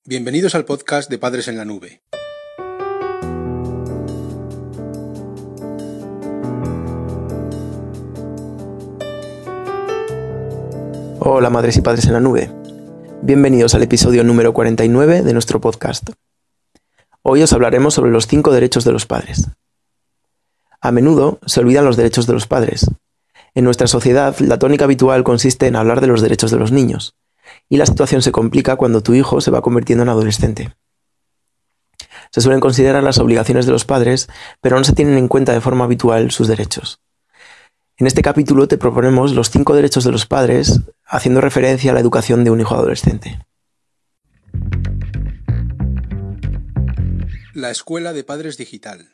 Bienvenidos al podcast de Padres en la Nube. Hola madres y padres en la nube. Bienvenidos al episodio número 49 de nuestro podcast. Hoy os hablaremos sobre los 5 derechos de los padres. A menudo se olvidan los derechos de los padres. En nuestra sociedad, la tónica habitual consiste en hablar de los derechos de los niños, y la situación se complica cuando tu hijo se va convirtiendo en adolescente. Se suelen considerar las obligaciones de los padres, pero no se tienen en cuenta de forma habitual sus derechos. En este capítulo te proponemos los 5 derechos de los padres, haciendo referencia a la educación de un hijo adolescente. La Escuela de Padres Digital.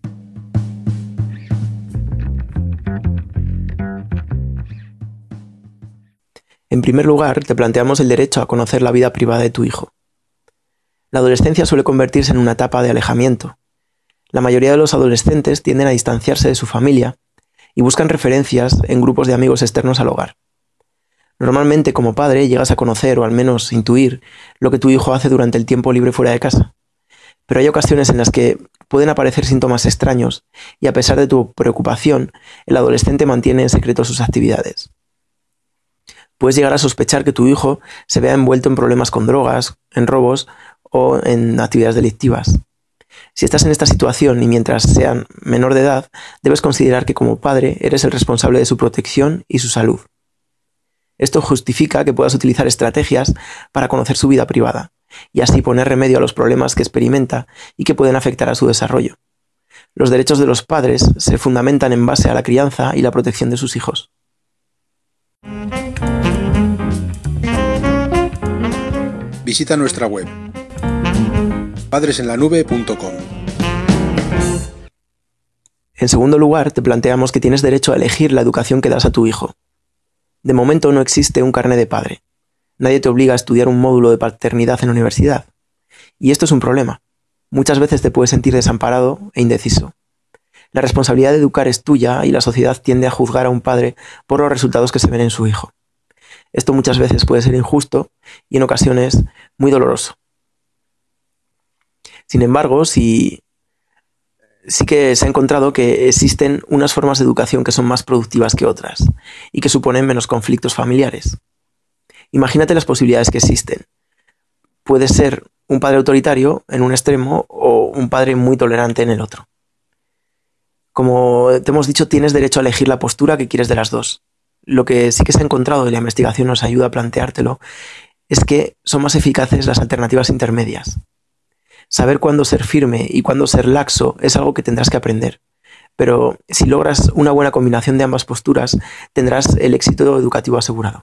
En primer lugar, te planteamos el derecho a conocer la vida privada de tu hijo. La adolescencia suele convertirse en una etapa de alejamiento. La mayoría de los adolescentes tienden a distanciarse de su familia y buscan referencias en grupos de amigos externos al hogar. Normalmente, como padre, llegas a conocer o al menos intuir lo que tu hijo hace durante el tiempo libre fuera de casa. Pero hay ocasiones en las que pueden aparecer síntomas extraños y a pesar de tu preocupación, el adolescente mantiene en secreto sus actividades. Puedes llegar a sospechar que tu hijo se vea envuelto en problemas con drogas, en robos o en actividades delictivas. Si estás en esta situación y mientras sean menor de edad, debes considerar que como padre eres el responsable de su protección y su salud. Esto justifica que puedas utilizar estrategias para conocer su vida privada y así poner remedio a los problemas que experimenta y que pueden afectar a su desarrollo. Los derechos de los padres se fundamentan en base a la crianza y la protección de sus hijos. Visita nuestra web padresenlanube.com. En segundo lugar, te planteamos que tienes derecho a elegir la educación que das a tu hijo. De momento no existe un carné de padre. Nadie te obliga a estudiar un módulo de paternidad en la universidad. Y esto es un problema. Muchas veces te puedes sentir desamparado e indeciso. La responsabilidad de educar es tuya y la sociedad tiende a juzgar a un padre por los resultados que se ven en su hijo. Esto muchas veces puede ser injusto y en ocasiones muy doloroso. Sin embargo, sí que se ha encontrado que existen unas formas de educación que son más productivas que otras y que suponen menos conflictos familiares. Imagínate las posibilidades que existen. Puedes ser un padre autoritario en un extremo o un padre muy tolerante en el otro. Como te hemos dicho, tienes derecho a elegir la postura que quieres de las dos. Lo que sí que se ha encontrado y la investigación nos ayuda a planteártelo es que son más eficaces las alternativas intermedias. Saber cuándo ser firme y cuándo ser laxo es algo que tendrás que aprender. Pero si logras una buena combinación de ambas posturas, tendrás el éxito educativo asegurado.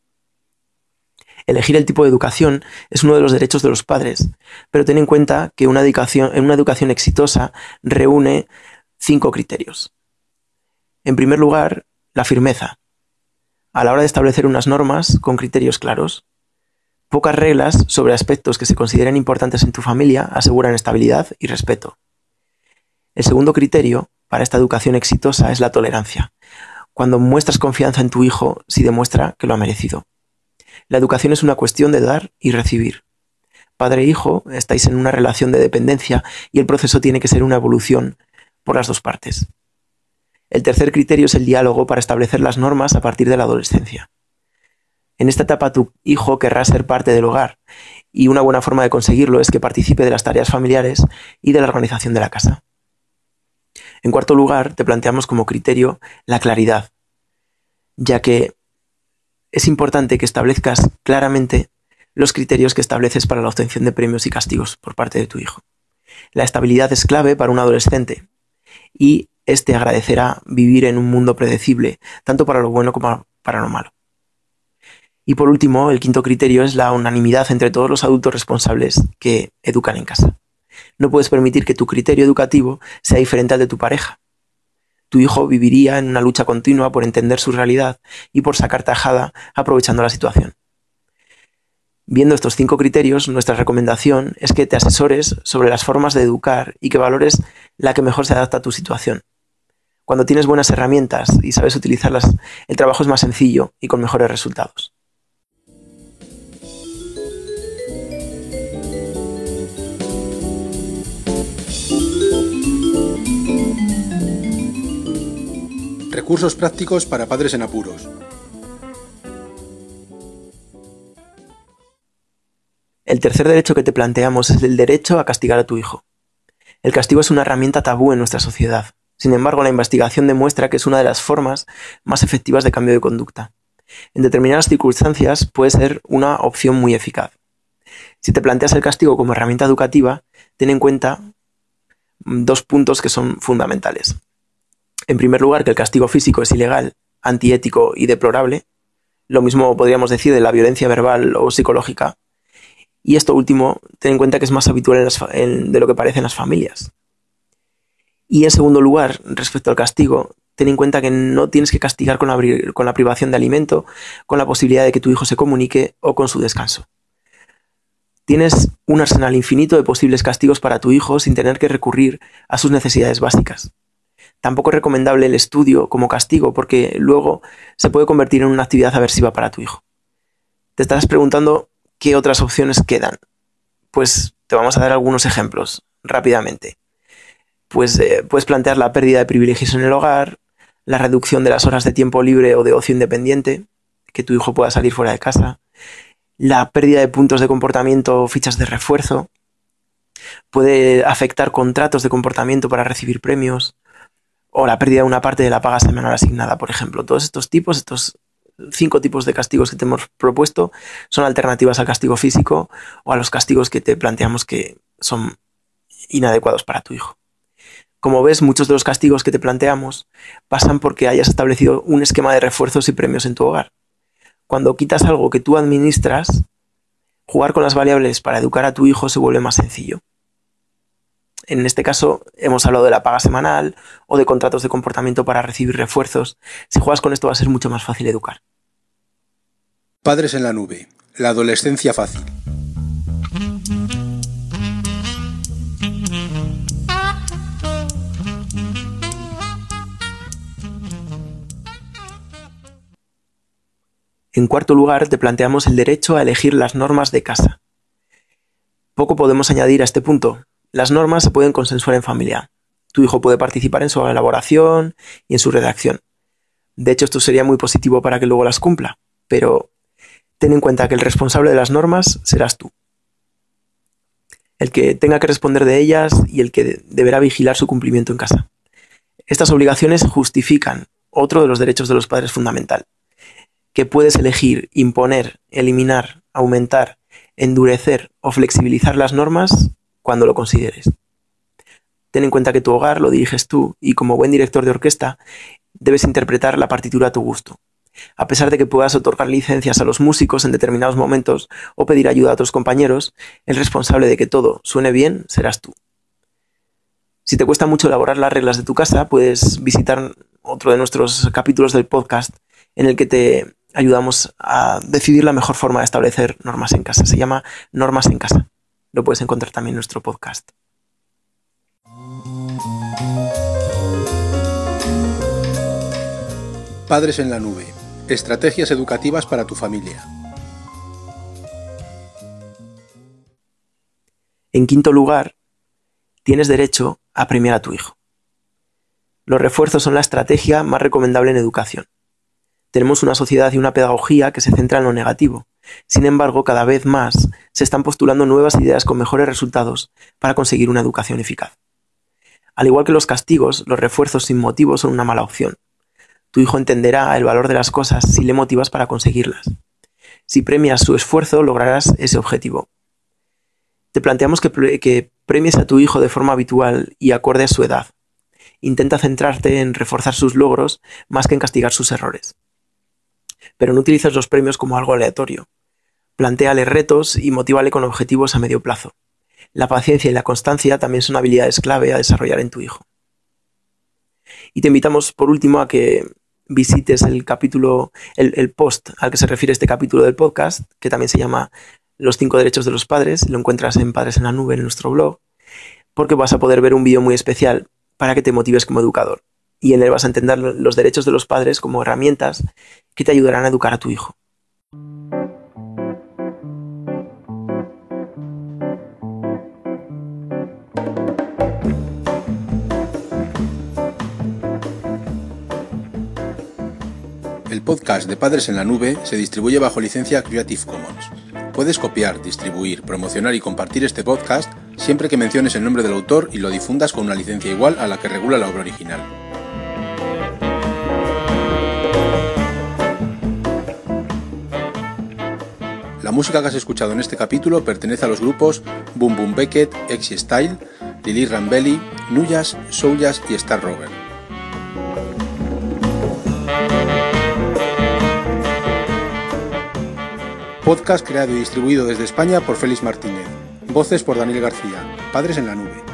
Elegir el tipo de educación es uno de los derechos de los padres, pero ten en cuenta que una educación exitosa reúne 5 criterios. En primer lugar, la firmeza. A la hora de establecer unas normas con criterios claros. Pocas reglas sobre aspectos que se consideren importantes en tu familia aseguran estabilidad y respeto. El segundo criterio para esta educación exitosa es la tolerancia, cuando muestras confianza en tu hijo si demuestra que lo ha merecido. La educación es una cuestión de dar y recibir. Padre e hijo estáis en una relación de dependencia y el proceso tiene que ser una evolución por las dos partes. El tercer criterio es el diálogo para establecer las normas a partir de la adolescencia. En esta etapa tu hijo querrá ser parte del hogar y una buena forma de conseguirlo es que participe de las tareas familiares y de la organización de la casa. En cuarto lugar, te planteamos como criterio la claridad, ya que es importante que establezcas claramente los criterios que estableces para la obtención de premios y castigos por parte de tu hijo. La estabilidad es clave para un adolescente y este agradecerá vivir en un mundo predecible, tanto para lo bueno como para lo malo. Y por último, el quinto criterio es la unanimidad entre todos los adultos responsables que educan en casa. No puedes permitir que tu criterio educativo sea diferente al de tu pareja. Tu hijo viviría en una lucha continua por entender su realidad y por sacar tajada aprovechando la situación. Viendo estos 5 criterios, nuestra recomendación es que te asesores sobre las formas de educar y que valores la que mejor se adapta a tu situación. Cuando tienes buenas herramientas y sabes utilizarlas, el trabajo es más sencillo y con mejores resultados. Recursos prácticos para padres en apuros. El tercer derecho que te planteamos es el derecho a castigar a tu hijo. El castigo es una herramienta tabú en nuestra sociedad. Sin embargo, la investigación demuestra que es una de las formas más efectivas de cambio de conducta. En determinadas circunstancias puede ser una opción muy eficaz. Si te planteas el castigo como herramienta educativa, ten en cuenta dos puntos que son fundamentales. En primer lugar, que el castigo físico es ilegal, antiético y deplorable. Lo mismo podríamos decir de la violencia verbal o psicológica. Y esto último, ten en cuenta que es más habitual de lo que parece en las familias. Y en segundo lugar, respecto al castigo, ten en cuenta que no tienes que castigar con la privación de alimento, con la posibilidad de que tu hijo se comunique o con su descanso. Tienes un arsenal infinito de posibles castigos para tu hijo sin tener que recurrir a sus necesidades básicas. Tampoco es recomendable el estudio como castigo porque luego se puede convertir en una actividad aversiva para tu hijo. Te estarás preguntando qué otras opciones quedan. Pues te vamos a dar algunos ejemplos rápidamente. Pues puedes plantear la pérdida de privilegios en el hogar, la reducción de las horas de tiempo libre o de ocio independiente, que tu hijo pueda salir fuera de casa, la pérdida de puntos de comportamiento o fichas de refuerzo, puede afectar contratos de comportamiento para recibir premios, o la pérdida de una parte de la paga semanal asignada, por ejemplo. Todos estos 5 tipos de castigos que te hemos propuesto son alternativas al castigo físico o a los castigos que te planteamos que son inadecuados para tu hijo. Como ves, muchos de los castigos que te planteamos pasan porque hayas establecido un esquema de refuerzos y premios en tu hogar. Cuando quitas algo que tú administras, jugar con las variables para educar a tu hijo se vuelve más sencillo. En este caso, hemos hablado de la paga semanal o de contratos de comportamiento para recibir refuerzos. Si juegas con esto va a ser mucho más fácil educar. Padres en la nube. La adolescencia fácil. En cuarto lugar, te planteamos el derecho a elegir las normas de casa. Poco podemos añadir a este punto. Las normas se pueden consensuar en familia. Tu hijo puede participar en su elaboración y en su redacción. De hecho, esto sería muy positivo para que luego las cumpla, pero ten en cuenta que el responsable de las normas serás tú. El que tenga que responder de ellas y el que deberá vigilar su cumplimiento en casa. Estas obligaciones justifican otro de los derechos de los padres fundamental, que puedes elegir, imponer, eliminar, aumentar, endurecer o flexibilizar las normas cuando lo consideres. Ten en cuenta que tu hogar lo diriges tú y como buen director de orquesta debes interpretar la partitura a tu gusto. A pesar de que puedas otorgar licencias a los músicos en determinados momentos o pedir ayuda a otros compañeros, el responsable de que todo suene bien serás tú. Si te cuesta mucho elaborar las reglas de tu casa, puedes visitar otro de nuestros capítulos del podcast en el que te ayudamos a decidir la mejor forma de establecer normas en casa. Se llama Normas en Casa. Lo puedes encontrar también en nuestro podcast. Padres en la nube. Estrategias educativas para tu familia. En quinto lugar, tienes derecho a premiar a tu hijo. Los refuerzos son la estrategia más recomendable en educación. Tenemos una sociedad y una pedagogía que se centra en lo negativo. Sin embargo, cada vez más se están postulando nuevas ideas con mejores resultados para conseguir una educación eficaz. Al igual que los castigos, los refuerzos sin motivo son una mala opción. Tu hijo entenderá el valor de las cosas si le motivas para conseguirlas. Si premias su esfuerzo, lograrás ese objetivo. Te planteamos que premies a tu hijo de forma habitual y acorde a su edad. Intenta centrarte en reforzar sus logros más que en castigar sus errores. Pero no utilices los premios como algo aleatorio. Plantéale retos y motívale con objetivos a medio plazo. La paciencia y la constancia también son habilidades clave a desarrollar en tu hijo. Y te invitamos, por último, a que visites el post al que se refiere este capítulo del podcast, que también se llama Los 5 derechos de los padres. Lo encuentras en Padres en la Nube en nuestro blog, porque vas a poder ver un vídeo muy especial para que te motives como educador. Y en él vas a entender los derechos de los padres como herramientas que te ayudarán a educar a tu hijo. El podcast de Padres en la Nube se distribuye bajo licencia Creative Commons. Puedes copiar, distribuir, promocionar y compartir este podcast siempre que menciones el nombre del autor y lo difundas con una licencia igual a la que regula la obra original. La música que has escuchado en este capítulo pertenece a los grupos Boom Boom Beckett, Exy Style, Lili Rambelli, Nuyas, Souljas y Star Rover. Podcast creado y distribuido desde España por Félix Martínez. Voces por Daniel García. Padres en la Nube.